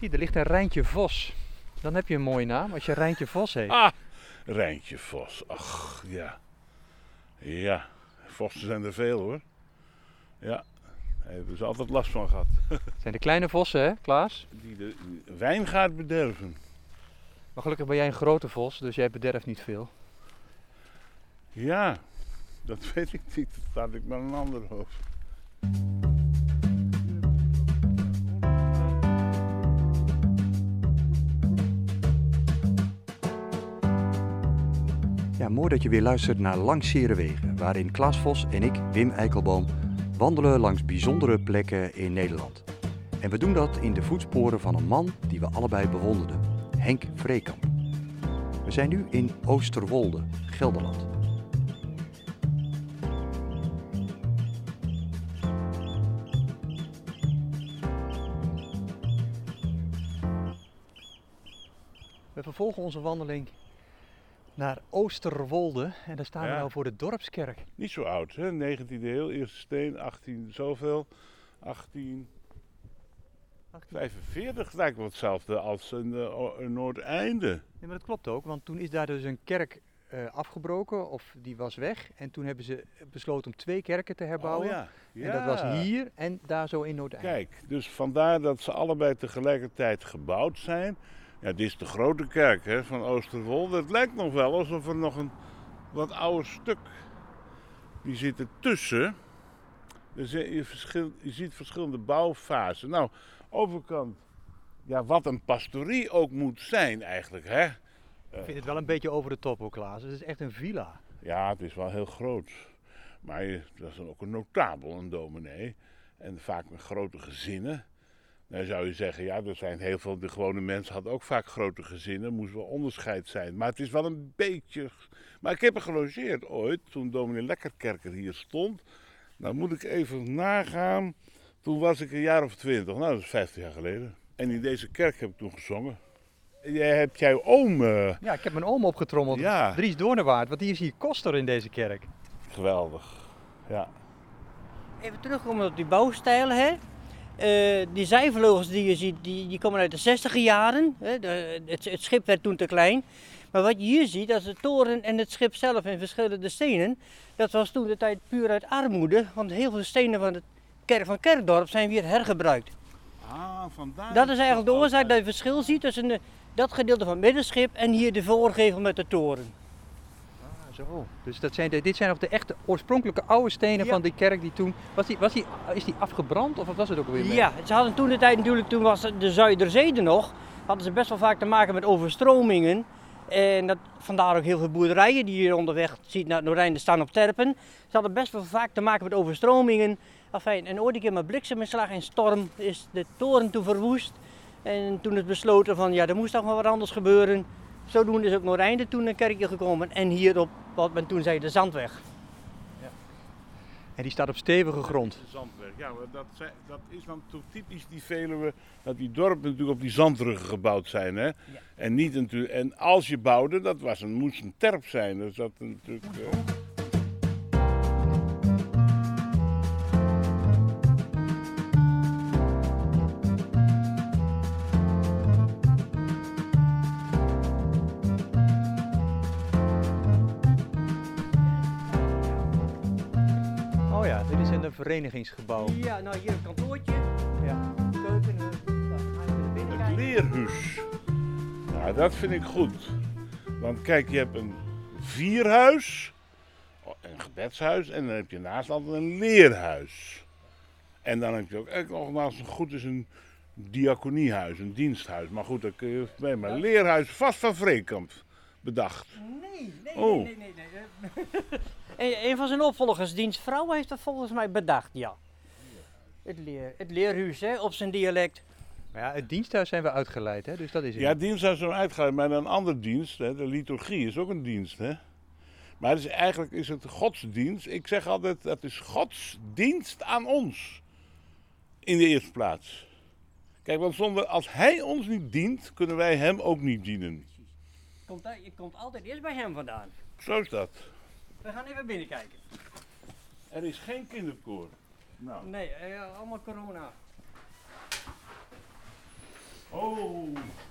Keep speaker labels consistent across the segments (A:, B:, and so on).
A: Zie, er ligt een Rijntje Vos. Dan heb je een mooie naam als je Rijntje Vos heet.
B: Ah, Rijntje Vos. Ach, ja. Ja, vossen zijn er veel hoor. Ja, daar hebben ze altijd last van gehad.
A: Het zijn de kleine vossen, hè, Klaas?
B: Die de wijngaard bederven.
A: Maar gelukkig ben jij een grote vos, dus jij bederft niet veel.
B: Ja, dat weet ik niet. Dat laat ik maar een ander hoofd.
C: Ja, mooi dat je weer luistert naar Langs Zere Wegen, waarin Klaas Vos en ik, Wim Eikelboom, wandelen langs bijzondere plekken in Nederland. En we doen dat in de voetsporen van een man die we allebei bewonderden, Henk Vreekamp. We zijn nu in Oosterwolde, Gelderland.
A: We vervolgen onze wandeling naar Oosterwolde en daar staan we nou voor de dorpskerk.
B: Niet zo oud, hè? 19e eeuw, eerste steen, 18 zoveel. 1845 lijkt wel hetzelfde als een Noordeinde.
A: Nee, maar dat klopt ook, want toen is daar dus een kerk afgebroken of die was weg. En toen hebben ze besloten om 2 kerken te herbouwen.
B: Oh, ja. Ja.
A: En dat was hier en daar zo in Noordeinde.
B: Kijk, dus vandaar dat ze allebei tegelijkertijd gebouwd zijn. Ja, dit is de grote kerk hè, van Oosterwolde. Het lijkt nog wel alsof er nog een wat ouder stuk. Die zit ertussen. Dus je ziet verschillende bouwfasen. Nou, overkant. Ja, wat een pastorie ook moet zijn eigenlijk, hè.
A: Ik vind het wel een beetje over de top ook, Klaas. Het is echt een villa.
B: Ja, het is wel heel groot. Maar dat is dan ook een notabel, een dominee. En vaak met grote gezinnen. Dan zou je zeggen, ja, er zijn heel veel, de gewone mensen hadden ook vaak grote gezinnen. Moest wel onderscheid zijn. Maar het is wel een beetje... Maar ik heb er gelogeerd ooit, toen dominee Lekkerkerker hier stond. Nou moet ik even nagaan. Toen was ik een jaar of 20. Nou, dat is 50 jaar geleden. En in deze kerk heb ik toen gezongen. Jij hebt jouw oom...
A: Ja, ik heb mijn oom opgetrommeld.
B: Ja.
A: Dries Doornewaard, want die is hier koster in deze kerk.
B: Geweldig, ja.
D: Even terugkomen op die bouwstijl, hè. Die zijvleugels die je ziet, die komen uit de 60e jaren. Hè. Het schip werd toen te klein. Maar wat je hier ziet, dat is de toren en het schip zelf in verschillende stenen. Dat was toen de tijd puur uit armoede, want heel veel stenen van het Kerkdorp zijn weer hergebruikt.
B: Ah, vandaar.
D: Dat is eigenlijk de oorzaak dat je verschil ziet tussen dat gedeelte van het middenschip en hier de voorgevel met de toren.
A: Zo. Dus dit zijn nog de echte oorspronkelijke oude stenen van die kerk die toen... Is die afgebrand of wat was het ook alweer mee?
D: Ja, ze hadden toen de tijd natuurlijk, toen was de Zuiderzee er nog, hadden ze best wel vaak te maken met overstromingen. En vandaar ook heel veel boerderijen die je onderweg ziet naar het Noordeinde staan op terpen. Ze hadden best wel vaak te maken met overstromingen. Enfin, en ooit een keer met blikseminslag en storm is de toren toen verwoest. En toen is besloten van ja, er moest toch wel wat anders gebeuren. Zodoende is ook Noordeinde toen een kerkje gekomen en hier op wat men toen zei de Zandweg.
A: Ja. En die staat op stevige grond.
B: De Zandweg, ja, maar dat is dan toch typisch die Veluwe, dat die dorpen natuurlijk op die zandruggen gebouwd zijn. Hè? Ja. En, niet natuurlijk, en als je bouwde, dat moest een terp zijn. Dus dat natuurlijk...
A: Oh ja, dit is een verenigingsgebouw.
D: Ja, nou hier een kantoortje.
A: Ja.
D: Keuken.
B: Het leerhuis. Nou, dat vind ik goed. Want kijk, je hebt een vierhuis, een gebedshuis en dan heb je naast altijd een leerhuis. En dan heb je ook nog naast een goed is een diaconiehuis, een diensthuis. Maar goed, daar kun je mee. Maar leerhuis vast van Vreekamp bedacht.
D: Nee.
B: Oh.
D: Een van zijn opvolgers, diens vrouw, heeft dat volgens mij bedacht, ja. Het leerhuis, hè, op zijn dialect.
A: Maar ja, het diensthuis zijn we uitgeleid, hè? Dus dat is het.
B: Ja, diensthuis zijn we uitgegaan, maar een andere dienst, hè, de liturgie is ook een dienst. Hè? Maar eigenlijk is het godsdienst. Ik zeg altijd, het is Gods dienst aan ons. In de eerste plaats. Kijk, want als hij ons niet dient, kunnen wij hem ook niet dienen.
D: Je komt altijd eerst bij hem vandaan.
B: Zo is dat.
D: We gaan even binnenkijken.
B: Er is geen kinderkoor. Nou.
D: Nee, allemaal corona.
B: Oh.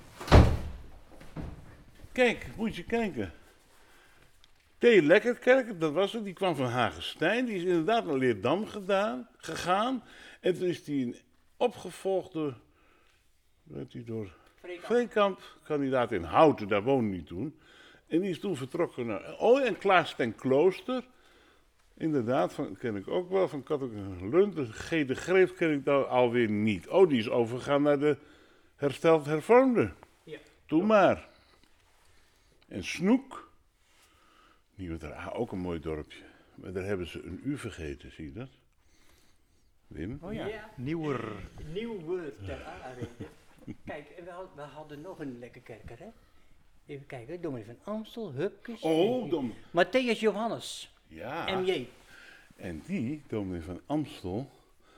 B: Kijk, moet je kijken. T. Lekkerkerk, dat was het, die kwam van Hagestein. Die is inderdaad naar Leerdam gegaan. En toen is die opgevolgd door Vreekamp, kandidaat in Houten, daar woonde hij toen. En die is toen vertrokken naar... Oh, en Klaas ten Klooster. Inderdaad, ken ik ook wel, van Katholieke Lund. De G. de Greef ken ik dan alweer niet. Oh, die is overgegaan naar de Hersteld Hervormde.
D: Ja.
B: Toen maar. En Snoek. Ook een mooi dorpje. Maar daar hebben ze een U vergeten, zie je dat? Wim?
A: Oh ja,
D: Ja.
A: Nieuwer.
D: Nieuwe ter aarde. Kijk, en we hadden nog een lekker kerker, hè? Even kijken, dominee van Amstel, Hupkes.
B: Oh,
D: Matthäus Johannes,
B: ja.
D: MJ.
B: En die, dominee van Amstel,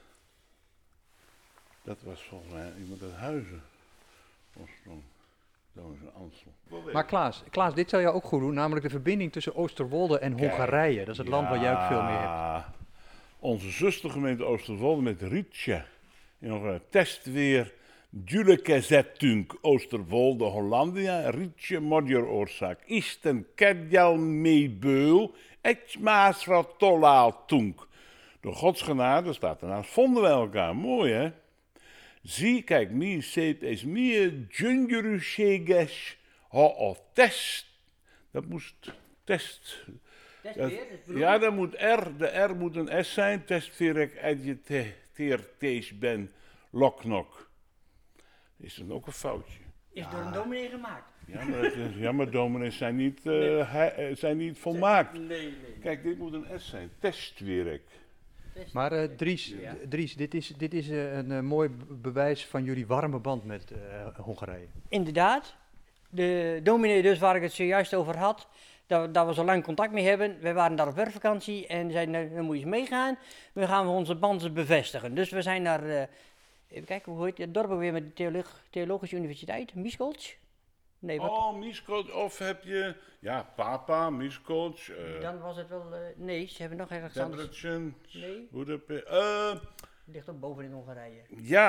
B: dat was volgens mij iemand uit Huizen. Oorsprong. Dominee van Amstel.
A: Maar Klaas, dit zou jou ook goed doen, namelijk de verbinding tussen Oosterwolde en Hongarije. Dat is het land waar jij ook veel mee hebt.
B: Onze zustergemeente Oosterwolde met Rietje. En nog een testweer. Gyülekezetünk Oosterwolde, Hollandia, Rietje, Modjeroorzaak, Isten, Kedjal, Meebeul, Etjmaasra, Tollaal, Tunk. Door Gods genade, staat ernaast, vonden wij elkaar. Mooi, hè? Zie, kijk, mi seet is mi Djungeruseges, of test. Dat moest test. Ja, dat moet R, de R moet een S zijn. Testverek, adjeteertees ben, loknok. Is dan ook een foutje.
D: Is door een dominee gemaakt.
B: Ja, maar dominees zijn niet volmaakt.
D: Nee.
B: Kijk, dit moet een S zijn. Testwerk.
A: Maar Dries, dit is een mooi bewijs van jullie warme band met Hongarije.
D: Inderdaad. De dominee dus waar ik het zojuist over had, dat we zo lang contact mee hebben. We waren daar op werkvakantie en zeiden, nou, dan moet je eens meegaan. We gaan onze banden bevestigen. Dus we zijn naar... even kijken, hoe heet het dorp weer met de Theologische Universiteit? Miskolc? Nee, wat?
B: Oh, Miskolc, of heb je... Ja, Papa, Miskolc.
D: Dan was het wel... nee, ze hebben nog ergens anders.
B: Debrecen,
D: Nee,
B: Budapest.
D: ligt ook boven in Hongarije.
B: Ja.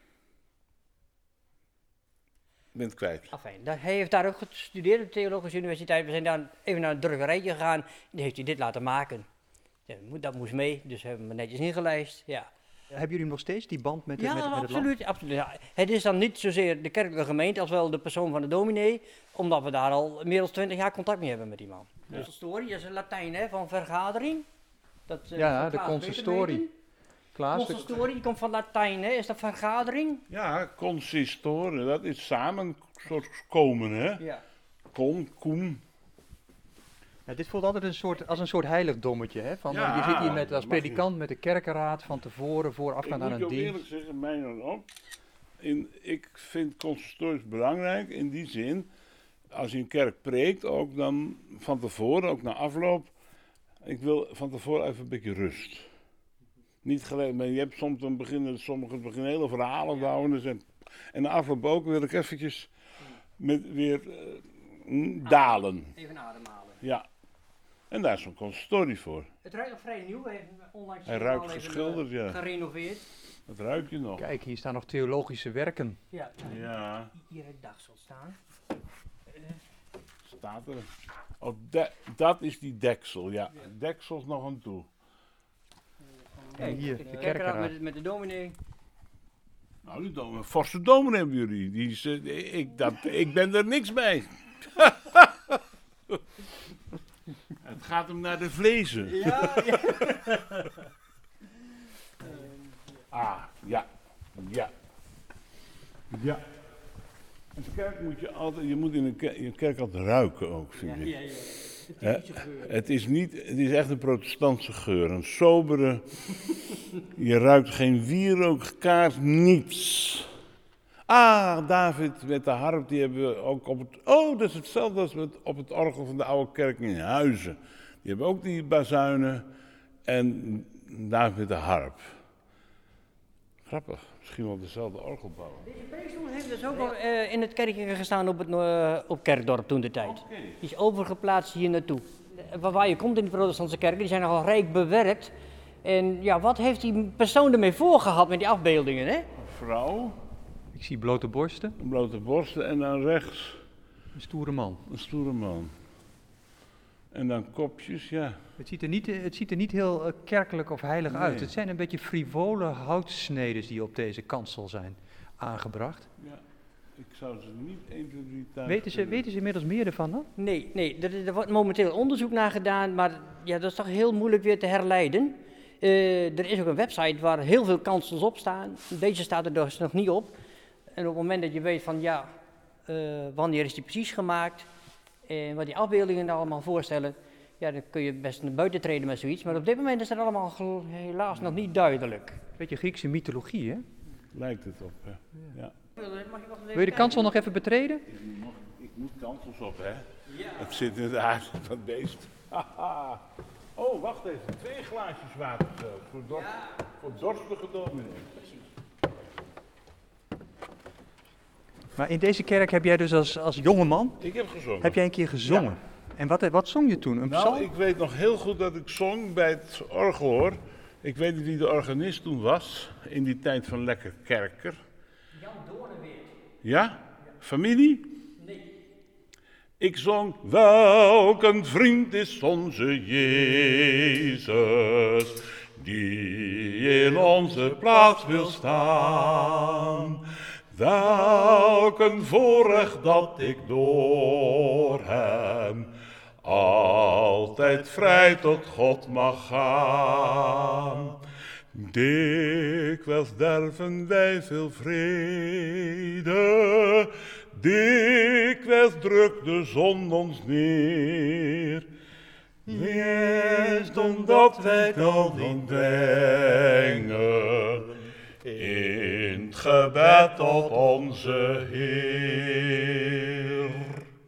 B: Ik ben het kwijt.
D: Enfin, hij heeft daar ook gestudeerd op de Theologische Universiteit. We zijn dan even naar een drukkerijtje gegaan. Die heeft hij dit laten maken. Ja, dat moest mee, dus hebben we netjes ingelijst. Ja.
A: Hebben jullie nog steeds die band met,
D: Ja,
A: met het land?
D: absoluut. Absoluut. Ja, het is dan niet zozeer de kerkelijke gemeente als wel de persoon van de dominee, omdat we daar al meer dan 20 jaar contact mee hebben met die man.
B: Ja.
D: Dus consistorie, dat is een Latijn hè, van vergadering. Dat,
A: Ja,
D: van
A: de
D: Klaas
A: consistorie.
D: beter
A: Klaas,
D: weten. Consistorie, die komt van Latijn, hè? Is dat vergadering?
B: Ja, consistoren, dat is samen soort komen, hè?
D: Ja.
B: Koem.
A: ja, dit voelt altijd als een soort heiligdommetje. Hè? Van,
B: Ja,
A: je zit hier
B: dat
A: als
B: mag
A: predikant met de kerkenraad van tevoren, voorafgaand aan
B: Ik moet
A: een
B: je ook
A: dienst.
B: eerlijk zeggen, mij dan ook. Ik vind consistories belangrijk in die zin. Als je een kerk preekt, ook dan van tevoren, ook na afloop. Ik wil van tevoren even een beetje rust. Niet gelijk, maar je hebt soms dan sommigen beginnen hele verhalen te houden. En na afloop ook wil ik eventjes weer dalen.
D: Even ademhalen.
B: Ja. En daar is zo'n consistorie voor.
D: Het ruikt nog vrij nieuw, we hebben onlangs
B: Hij ruikt geschilderd, ja.
D: gerenoveerd.
B: Dat ruik je nog.
A: Kijk, hier staan nog theologische werken.
D: Ja.
B: Ja,
D: Hier het dagsel staan.
B: staat er. Oh, dat is die deksel, ja. Deksel is nog aan toe.
A: En hier,
D: de
A: de
D: kerkraad
A: kerkenraad.
D: met de dominee.
B: Nou, een forse dominee hebben jullie. Die is, ik ben er niks bij. Het gaat hem naar de vlezen.
D: Ja.
B: Ah, ja. Ja. Ja. In de kerk moet je moet in een kerk altijd ruiken ook, vind ik.
D: Ja.
B: Hè? Het is echt een protestantse geur, een sobere. Je ruikt geen wierook, kaars, niets. Ah, David met de harp, die hebben we ook op het... Oh, dat is hetzelfde als op het orgel van de oude kerk in Huizen. Die hebben ook die bazuinen en David met de harp. Grappig, misschien wel dezelfde orgelbouwer.
D: Deze preekstoel heeft dus ook al in het kerkje gestaan op Kerkdorp toen de tijd. Die is overgeplaatst hier naartoe. Waar je komt in de protestantse kerken, die zijn nogal rijk bewerkt. En ja, wat heeft die persoon ermee voorgehad met die afbeeldingen, hè?
B: Vrouw?
A: Ik zie blote borsten.
B: Blote borsten en dan rechts
A: Een stoere man.
B: een stoere man. En dan kopjes, ja.
A: Het ziet er niet heel kerkelijk of heilig uit.
B: Nee.
A: Het zijn een beetje frivole houtsneden die op deze kansel zijn aangebracht.
B: Ja, ik zou ze niet 1, 2, 3 thuis
A: Weten ze inmiddels meer ervan dan?
D: Nee, er wordt momenteel onderzoek naar gedaan, maar ja, dat is toch heel moeilijk weer te herleiden. Er is ook een website waar heel veel kansels op staan. Deze staat er dus nog niet op. En op het moment dat je weet van ja, wanneer is die precies gemaakt en wat die afbeeldingen er allemaal voorstellen, ja, dan kun je best naar buiten treden met zoiets. Maar op dit moment is dat allemaal helaas nog niet duidelijk.
A: Beetje Griekse mythologie, hè?
B: Lijkt het op, hè. Ja.
A: Wil je de kansel nog even betreden?
B: Ik moet kansels op, hè. Ja. Het zit in de aard van dat beest. Haha. Oh, wacht even. 2 glaasjes water zelfs. Voor dorstige dominee.
A: Maar in deze kerk heb jij dus als jonge man,
B: Ik heb gezongen.
A: heb jij een keer gezongen. En wat zong je toen? Een psalm?
B: Nou, ik weet nog heel goed dat ik zong bij het orgel, hoor. Ik weet niet wie de organist toen was, in die tijd van Lekker Kerker.
D: Jan Doornweert.
B: Ja? Familie? Nee. Ik zong, welk een vriend is onze Jezus, die in onze plaats wil staan. Welk een voorrecht dat ik door hem altijd vrij tot God mag gaan. Dikwijls derven wij veel vrede, dikwijls drukt de zon ons neer. Juist omdat wij dan niet brengen in het gebed tot onze Heer.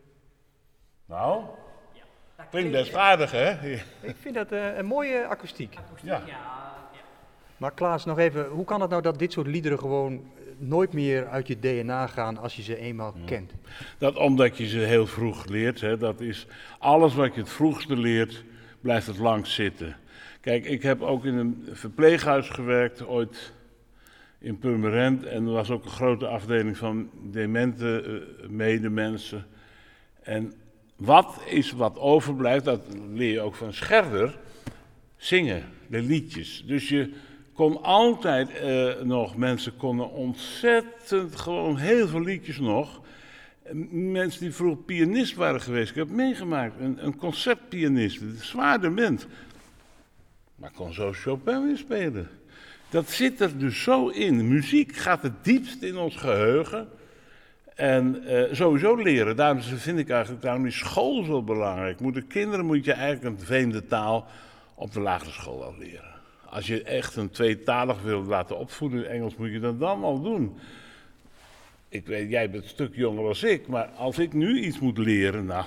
B: Nou, klinkt best aardig, hè?
A: Ik vind dat een mooie akoestiek.
B: Ja.
A: Maar Klaas, nog even, hoe kan het nou dat dit soort liederen gewoon nooit meer uit je DNA gaan als je ze eenmaal kent?
B: Dat omdat je ze heel vroeg leert, hè? Dat is alles wat je het vroegste leert, blijft het lang zitten. Kijk, ik heb ook in een verpleeghuis gewerkt, ooit in Purmerend. En er was ook een grote afdeling van demente medemensen. En wat overblijft, dat leer je ook van Scherder, zingen, de liedjes. Dus je kon altijd mensen konden ontzettend, gewoon heel veel liedjes nog. Mensen die vroeger pianist waren geweest, ik heb meegemaakt, een concertpianist, een zwaardement. Maar kon zo Chopin weer spelen. Dat zit er dus zo in. Muziek gaat het diepst in ons geheugen. En sowieso leren. Daarom vind ik eigenlijk, daarom is school zo belangrijk. Kinderen moet je eigenlijk een vreemde taal op de lagere school al leren. Als je echt een tweetalig wil laten opvoeden in Engels, moet je dat dan al doen. Ik weet, jij bent een stuk jonger als ik, maar als ik nu iets moet leren, nou,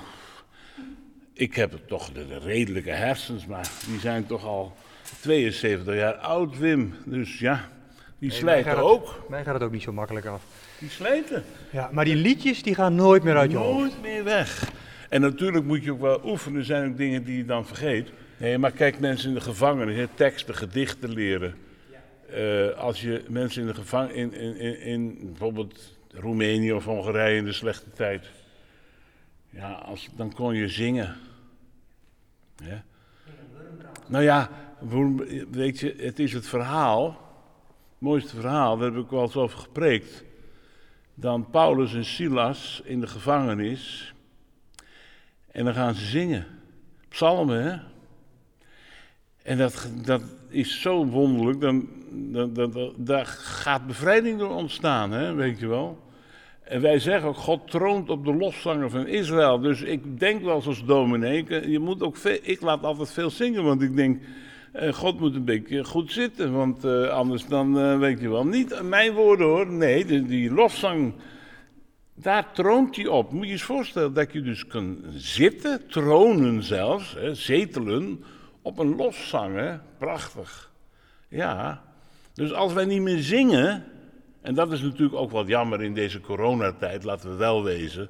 B: ik heb het toch de redelijke hersens, maar die zijn toch al 72 jaar oud, Wim. Dus ja, die slijten ook.
A: Mij gaat het ook niet zo makkelijk af.
B: Die slijten.
A: Ja, maar die liedjes die gaan nooit meer uit je hoofd.
B: Nooit meer weg. En natuurlijk moet je ook wel oefenen, er zijn ook dingen die je dan vergeet. Nee, maar kijk, mensen in de gevangenis, teksten, gedichten leren. Als je mensen in de gevangenis, in bijvoorbeeld Roemenië of Hongarije in de slechte tijd. Ja, dan kon je zingen. Ja. Nou ja, weet je, het is het verhaal, het mooiste verhaal, daar heb ik wel eens over gepreekt. Dan Paulus en Silas in de gevangenis. En dan gaan ze zingen. Psalmen, hè. En dat is zo wonderlijk, daar gaat bevrijding door ontstaan, hè, weet je wel. En wij zeggen ook, God troont op de lofzanger van Israël. Dus ik denk wel zoals dominee, je moet ook ik laat altijd veel zingen, want ik denk, God moet een beetje goed zitten. Want anders dan, weet je wel, niet mijn woorden hoor, nee, die lofzang, daar troont hij op. Moet je eens voorstellen dat je dus kan zitten, tronen zelfs, hè, zetelen, op een lofzang, hè? Prachtig. Ja, dus als wij niet meer zingen, en dat is natuurlijk ook wat jammer in deze coronatijd, laten we wel wezen,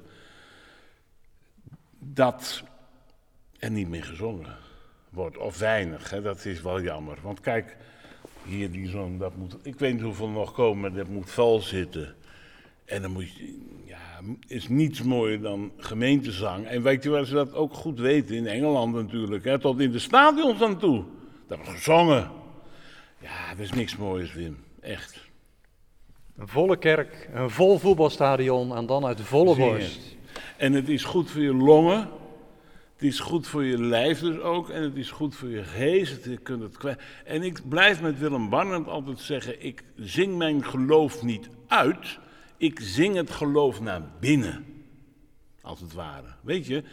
B: dat er niet meer gezongen wordt, of weinig, hè? Dat is wel jammer. Want kijk, hier die zon, dat moet, ik weet niet hoeveel nog komen, dat moet vol zitten. En dan moet je, is niets mooier dan gemeentezang. En weet je waar ze dat ook goed weten? In Engeland natuurlijk, hè, tot in de stadions aan toe. Dat wordt gezongen. Ja, dat is niks moois, Wim. Echt.
A: Een volle kerk, een vol voetbalstadion en dan uit volle borst.
B: En het is goed voor je longen. Het is goed voor je lijf dus ook. En het is goed voor je geest. Je kunt het kwijt. En ik blijf met Willem Barnard altijd zeggen, ik zing mijn geloof niet uit. Ik zing het geloof naar binnen. Als het ware. Weet je,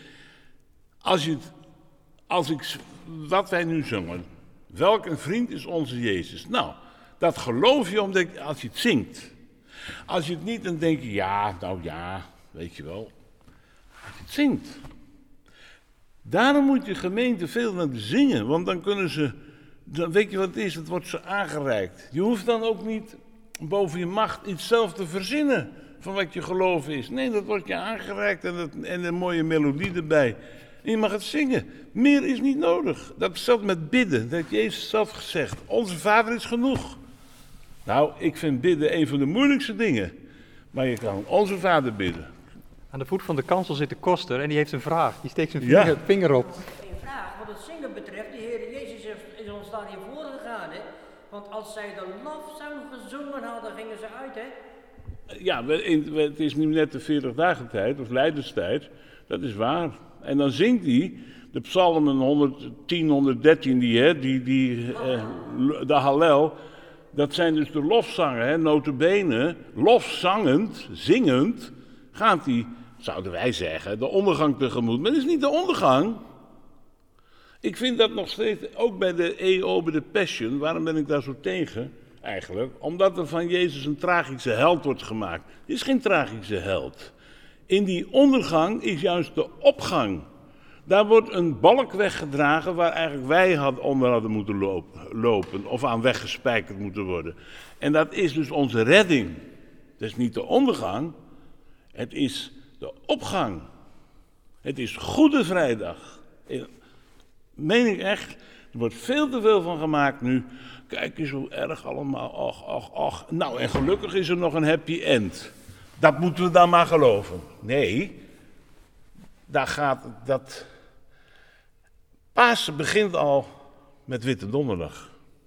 B: wat wij nu zingen. Welk een vriend is onze Jezus? Nou, dat geloof je als je het zingt. Als je het niet, dan denk je, weet je wel. Als je het zingt. Daarom moet je gemeente veel naar zingen, want dan kunnen ze, dan weet je wat het is, het wordt ze aangereikt. Je hoeft dan ook niet boven je macht iets zelf te verzinnen van wat je geloof is. Nee, dat wordt je aangereikt en een mooie melodie erbij. En je mag het zingen. Meer is niet nodig. Dat is zelfs met bidden. Dat heeft Jezus zelf gezegd. Onze Vader is genoeg. Nou, ik vind bidden een van de moeilijkste dingen. Maar je kan onze Vader bidden.
A: Aan de voet van de kansel zit de koster en die heeft een vraag. Die steekt zijn vinger op.
D: Geen vraag. Wat het zingen betreft, de Heer Jezus is ons daar hiervoor gegaan. Hè? Want als zij de lofzang gezongen hadden, gingen ze uit. Hè?
B: Ja, het is nu net de 40 dagen tijd, of lijdenstijd. Dat is waar. En dan zingt hij de psalmen 110, 113, de Hallel. Dat zijn dus de lofzangen, hè, nota bene. Lofzangend, zingend, gaat hij, zouden wij zeggen, de ondergang tegemoet. Maar dat is niet de ondergang. Ik vind dat nog steeds, ook bij de EO, bij de Passion, waarom ben ik daar zo tegen eigenlijk? Omdat er van Jezus een tragische held wordt gemaakt. Het is geen tragische held. In die ondergang is juist de opgang. Daar wordt een balk weggedragen waar eigenlijk wij onder hadden moeten lopen of aan weggespijkerd moeten worden. En dat is dus onze redding. Het is niet de ondergang, het is de opgang. Het is Goede Vrijdag. Meen ik echt, er wordt veel te veel van gemaakt nu. Kijk eens hoe erg allemaal, och. Nou, en gelukkig is er nog een happy end. Dat moeten we dan maar geloven. Nee, daar gaat dat. Pasen begint al met Witte Donderdag.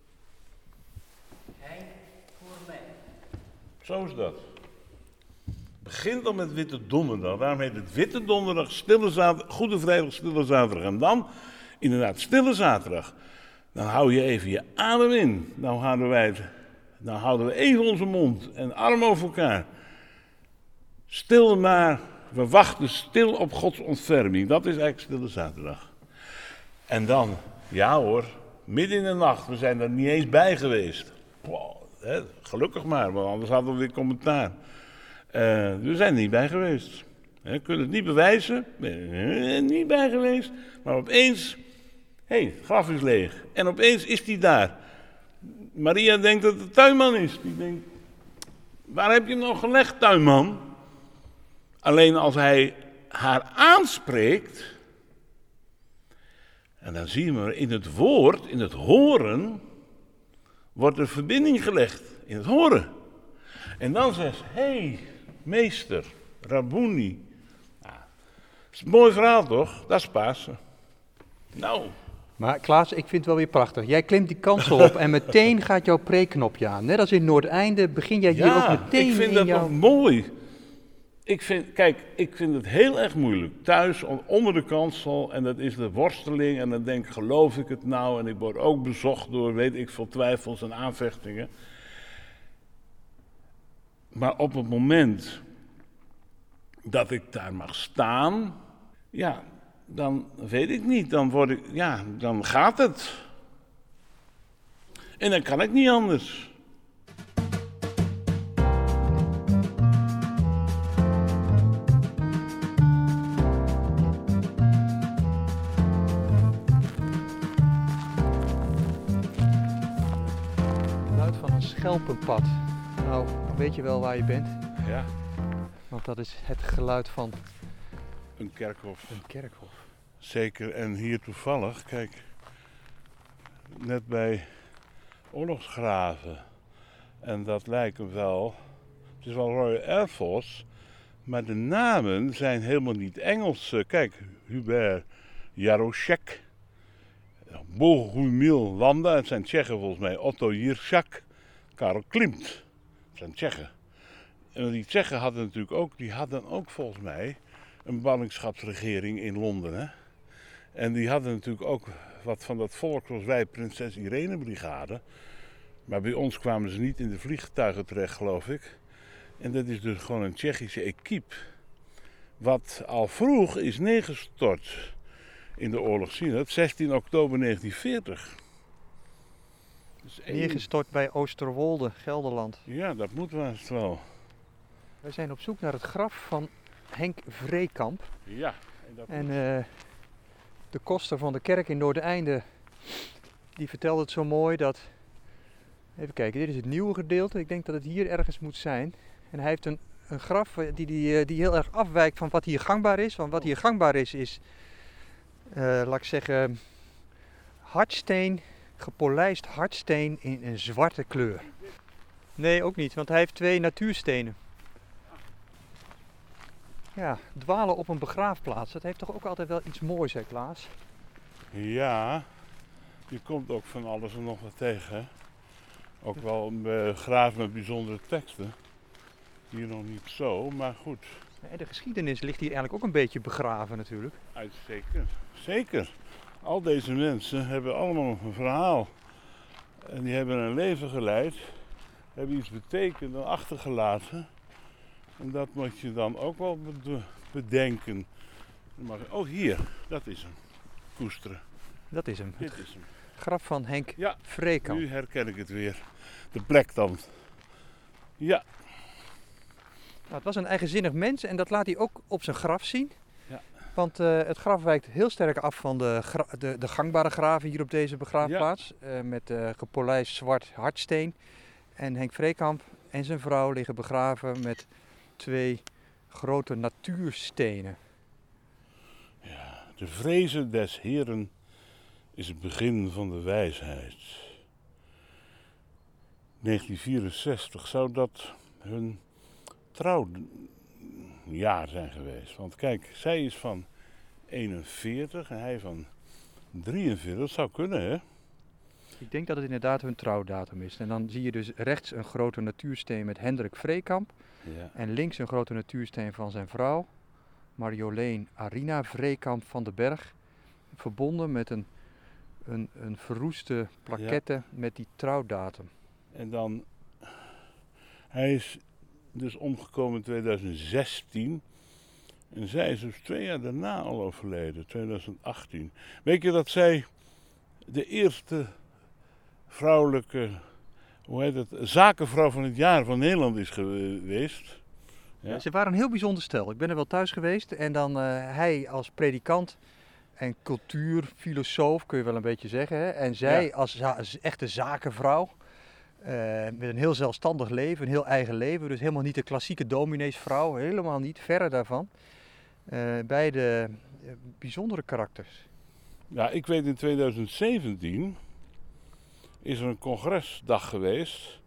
D: Hij voor mij.
B: Zo is dat. Begint al met Witte Donderdag. Daarom heet het Witte Donderdag, Stille Zaterdag, Goede Vrijdag, Stille Zaterdag. En dan, inderdaad, Stille Zaterdag. Dan hou je even je adem in. Dan houden we even onze mond en arm over elkaar. Stil maar, we wachten stil op Gods ontferming. Dat is eigenlijk Stille Zaterdag. En dan, ja hoor, midden in de nacht, we zijn er niet eens bij geweest. Wow, hè, gelukkig maar, want anders hadden we weer commentaar. We zijn er niet bij geweest. We kunnen het niet bewijzen, niet bij geweest. Maar opeens, het graf is leeg. En opeens is hij daar. Maria denkt dat het de tuinman is. Die denkt, waar heb je hem nou gelegd, tuinman? Alleen als hij haar aanspreekt, en dan zien we in het woord, in het horen, wordt er verbinding gelegd. In het horen. En dan zegt ze, meester, Rabboni. Nou, dat is een mooi verhaal toch? Dat is Pasen. Nou.
A: Maar Klaas, ik vind het wel weer prachtig. Jij klimt die kansel op en meteen gaat jouw preekknopje aan. Net als in Noordeinde begin jij hier ook meteen
B: ik vind dat nog mooi. Ik vind het heel erg moeilijk. Thuis, onder de kansel, en dat is de worsteling. En dan denk ik, geloof ik het nou? En ik word ook bezocht door, weet ik veel, twijfels en aanvechtingen. Maar op het moment dat ik daar mag staan, dan weet ik niet. Dan gaat het. En dan kan ik niet anders.
A: Schelpenpad. Nou, weet je wel waar je bent?
B: Ja.
A: Want dat is het geluid van
B: een kerkhof.
A: Een kerkhof.
B: Zeker, en hier toevallig, kijk, net bij oorlogsgraven. En dat lijken wel Het is wel Royal Air Force, maar de namen zijn helemaal niet Engels. Kijk, Hubert Jarošek, Bohumil Landa, het zijn Tsjechen volgens mij, Otto Jiršak, Karel Klimt. Het zijn Tsjechen. En die Tsjechen hadden ook volgens mij een ballingschapsregering in Londen. Hè? En die hadden natuurlijk ook wat van dat volk zoals wij, Prinses Irene Brigade. Maar bij ons kwamen ze niet in de vliegtuigen terecht, geloof ik. En dat is dus gewoon een Tsjechische equipe. Wat al vroeg is neergestort in de oorlog. Zie je dat? 16 oktober 1940. Dus
A: Neergestort bij Oosterwolde, Gelderland.
B: Ja, dat moet wel.
A: Wij zijn op zoek naar het graf van Henk Vreekamp.
B: Ja.
A: En de koster van de kerk in Noordeinde, die vertelde het zo mooi dat... Even kijken, dit is het nieuwe gedeelte. Ik denk dat het hier ergens moet zijn. En hij heeft een graf die heel erg afwijkt van wat hier gangbaar is. Want wat hier gangbaar is, laat ik zeggen, hardsteen, gepolijst hardsteen in een zwarte kleur. Nee, ook niet, want hij heeft 2 natuurstenen. Ja, dwalen op een begraafplaats, dat heeft toch ook altijd wel iets moois, hè Klaas?
B: Ja, je komt ook van alles en nog wat tegen. Hè? Ook wel graven met bijzondere teksten. Hier nog niet zo, maar goed.
A: Ja, de geschiedenis ligt hier eigenlijk ook een beetje begraven natuurlijk.
B: Uitstekend. Zeker. Al deze mensen hebben allemaal een verhaal. En die hebben een leven geleid. Hebben iets betekend en achtergelaten. En dat moet je dan ook wel bedenken. Oh, hier. Dat is hem. Koesteren.
A: Dat is hem.
B: Dit is hem.
A: Graf van Henk
B: Ja,
A: Vreekamp.
B: nu herken ik het weer. De plek dan. Ja.
A: Nou, het was een eigenzinnig mens en dat laat hij ook op zijn graf zien.
B: Ja.
A: Want het graf wijkt heel sterk af van de gangbare graven hier op deze begraafplaats. Met gepolijst zwart hardsteen. En Henk Vreekamp en zijn vrouw liggen begraven met 2 grote natuurstenen.
B: Ja, de vrezen des Heren is het begin van de wijsheid. 1964 zou dat hun trouwjaar zijn geweest. Want kijk, zij is van 41 en hij van 43. Dat zou kunnen, hè?
A: Ik denk dat het inderdaad hun trouwdatum is. En dan zie je dus rechts een grote natuursteen met Hendrik Vreekamp.
B: Ja.
A: En links een grote natuursteen van zijn vrouw, Marjolein Arina Vreekamp van den Berg. Verbonden met een verroeste plaquette met die trouwdatum.
B: En dan, hij is dus omgekomen in 2016. En zij is dus 2 jaar daarna al overleden, 2018. Weet je dat zij de eerste vrouwelijke, zakenvrouw van het jaar van Nederland is geweest? Ja.
A: Ze waren een heel bijzonder stel. Ik ben er wel thuis geweest en dan hij als predikant en cultuurfilosoof kun je wel een beetje zeggen. Hè? En zij als echte zakenvrouw. Met een heel zelfstandig leven, een heel eigen leven. Dus helemaal niet de klassieke domineesvrouw, helemaal niet, verre daarvan. Beide bijzondere karakters.
B: Ja, ik weet in 2017 is er een congresdag geweest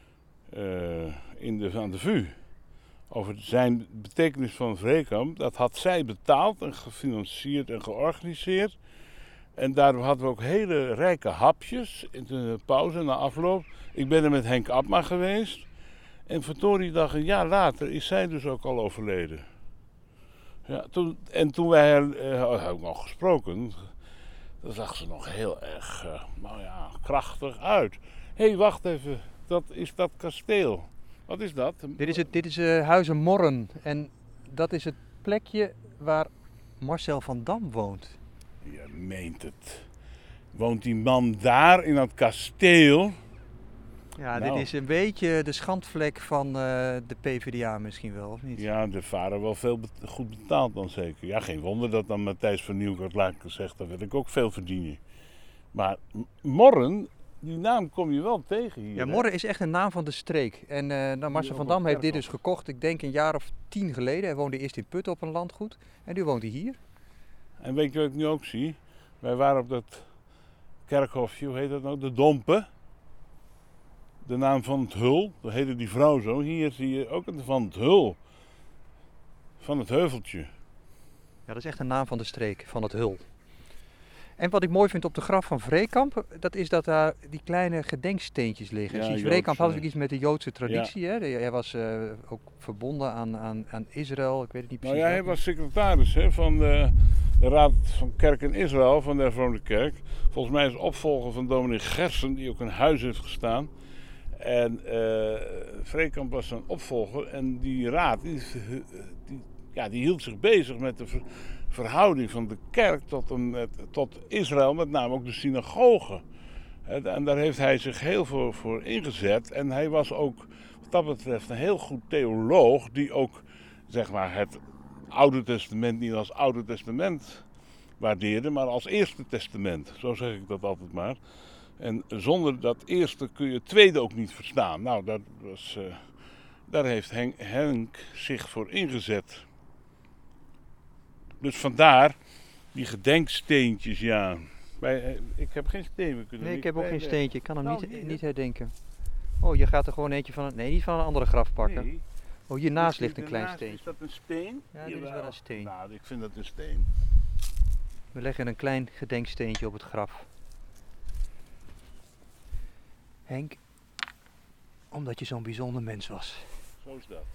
B: aan de VU. Over zijn betekenis van Vreekamp. Dat had zij betaald en gefinancierd en georganiseerd. En daardoor hadden we ook hele rijke hapjes in de pauze en na afloop. Ik ben er met Henk Abma geweest. En verdorie, een jaar later is zij dus ook al overleden. Ja, toen wij haar hebben nog gesproken, dan zag ze nog heel erg krachtig uit. Hé, wacht even, dat is dat kasteel. Wat is dat?
A: Dit is Huizen Morren en dat is het plekje waar Marcel van Dam woont.
B: Je meent het. Woont die man daar in dat kasteel?
A: Ja,
B: Nou.
A: Dit is een beetje de schandvlek van de PvdA misschien wel, of niet?
B: Ja, de vader wel veel goed betaald dan zeker. Ja, geen wonder dat dan Matthijs van Nieuwkerk zegt, dat wil ik ook veel verdienen. Maar Morren, die naam kom je wel tegen hier.
A: Ja,
B: hè?
A: Morren is echt een naam van de streek. En Marcel van Dam heeft dit dus gekocht, ik denk een jaar of 10 geleden. Hij woonde eerst in Putten op een landgoed en nu woont hij hier.
B: En weet je wat ik nu ook zie? Wij waren op dat kerkhofje, hoe heet dat nou? De Dompen. de naam Van het Hul. Dat heette die vrouw zo. Hier zie je ook een Van het Hul. Van het heuveltje.
A: Ja, dat is echt een naam van de streek, Van het Hul. En wat ik mooi vind op de graf van Vreekamp, dat is dat daar die kleine gedenksteentjes liggen.
B: Ja,
A: Sinds Vreekamp had natuurlijk iets met de Joodse traditie. Hè? Hij was ook verbonden aan Israël, ik weet het niet precies.
B: Nou ja, hij was secretaris van de Raad van Kerk in Israël, van de Hervormde Kerk. Volgens mij is opvolger van dominee Gersen, die ook in huis heeft gestaan. En Vreekamp was zijn opvolger en die raad die hield zich bezig met de verhouding van de kerk tot Israël, met name ook de synagoge. En daar heeft hij zich heel veel voor ingezet. En hij was ook wat dat betreft een heel goed theoloog die ook zeg maar, het Oude Testament niet als Oude Testament waardeerde, maar als Eerste Testament. Zo zeg ik dat altijd maar. En zonder dat eerste kun je het tweede ook niet verstaan. Nou, daar heeft Henk zich voor ingezet. Dus vandaar die gedenksteentjes, ja. Ik heb geen steen. We kunnen
A: Nee, ik
B: niet
A: heb ook geen steentje. Ik kan hem
B: Nou,
A: niet herdenken. Oh, je gaat er gewoon eentje van... Nee, niet van een andere graf pakken.
B: Nee.
A: Oh, hiernaast ligt een
B: Hiernaast,
A: klein steentje.
B: Is dat een steen?
A: Ja, dit is
B: Jawel.
A: wel een steen.
B: Nou, ik vind dat een steen.
A: We leggen een klein gedenksteentje op het graf. Henk, omdat je zo'n bijzonder mens was.
B: Zo is dat.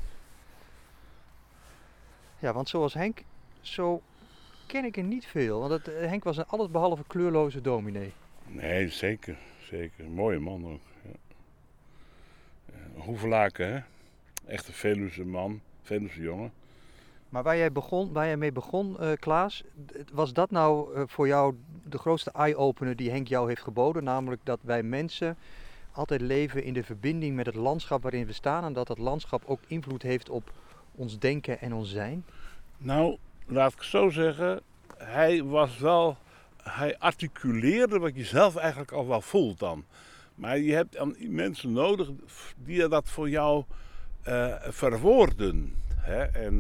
A: Ja, want zoals Henk, zo ken ik er niet veel. Want Henk was een allesbehalve kleurloze dominee.
B: Nee, zeker. Zeker. Een mooie man ook. Ja. Hoevelaken, hè? Echt een Veluwse man. Veluwse jongen.
A: Maar waar jij mee begon, Klaas, was dat nou voor jou de grootste eye-opener die Henk jou heeft geboden? Namelijk dat wij mensen altijd leven in de verbinding met het landschap waarin we staan en dat dat landschap ook invloed heeft op ons denken en ons zijn?
B: Nou, laat ik zo zeggen, hij articuleerde wat je zelf eigenlijk al wel voelt dan. Maar je hebt dan mensen nodig die dat voor jou verwoorden. Hè?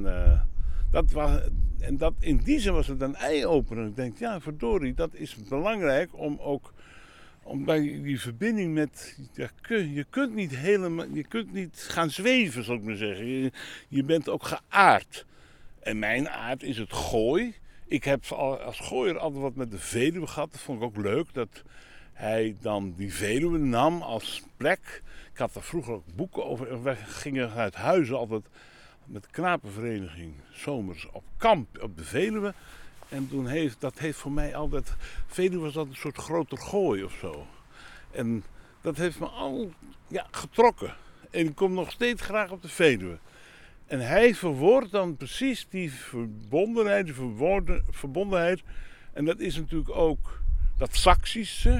B: In die zin was het een eye-opener. Ik denk, ja verdorie, dat is belangrijk om bij die verbinding met... Ja, je kunt niet gaan zweven, zal ik maar zeggen. Je bent ook geaard. En mijn aard is het gooi. Ik heb als gooier altijd wat met de Veluwe gehad. Dat vond ik ook leuk. Dat hij dan die Veluwe nam als plek. Ik had er vroeger ook boeken over. We gingen uit Huizen altijd met de knapenvereniging zomers op kamp op de Veluwe. En dat heeft voor mij altijd... Veluwe was dat een soort groter gooi of zo. En dat heeft me al getrokken. En ik kom nog steeds graag op de Veluwe. En hij verwoordt dan precies die verbondenheid. En dat is natuurlijk ook dat Saksische.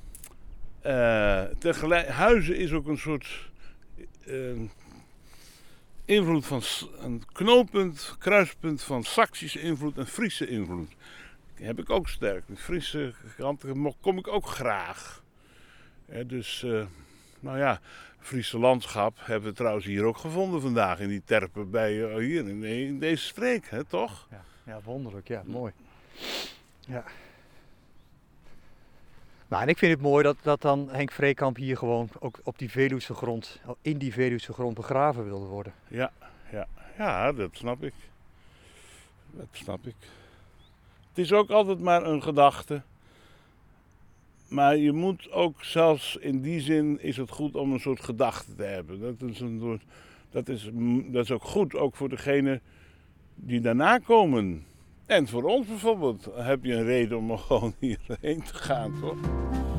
B: Huizen is ook een soort invloed van een knooppunt, kruispunt van Saksische invloed en Friese invloed. Die heb ik ook sterk. De Friese kant kom ik ook graag. Dus, Friese landschap hebben we trouwens hier ook gevonden vandaag in die terpen hier in deze streek, hè, toch?
A: Ja, wonderlijk, ja, mooi. Ja. Nou, en ik vind het mooi dat dan Henk Vreekamp hier gewoon ook op die Veluwse grond, in die Veluwse grond begraven wilde worden.
B: Ja, dat snap ik. Het is ook altijd maar een gedachte. Maar je moet ook, zelfs in die zin is het goed om een soort gedachte te hebben. Dat is ook goed, ook voor degene die daarna komen. En voor ons bijvoorbeeld heb je een reden om gewoon hierheen te gaan, toch?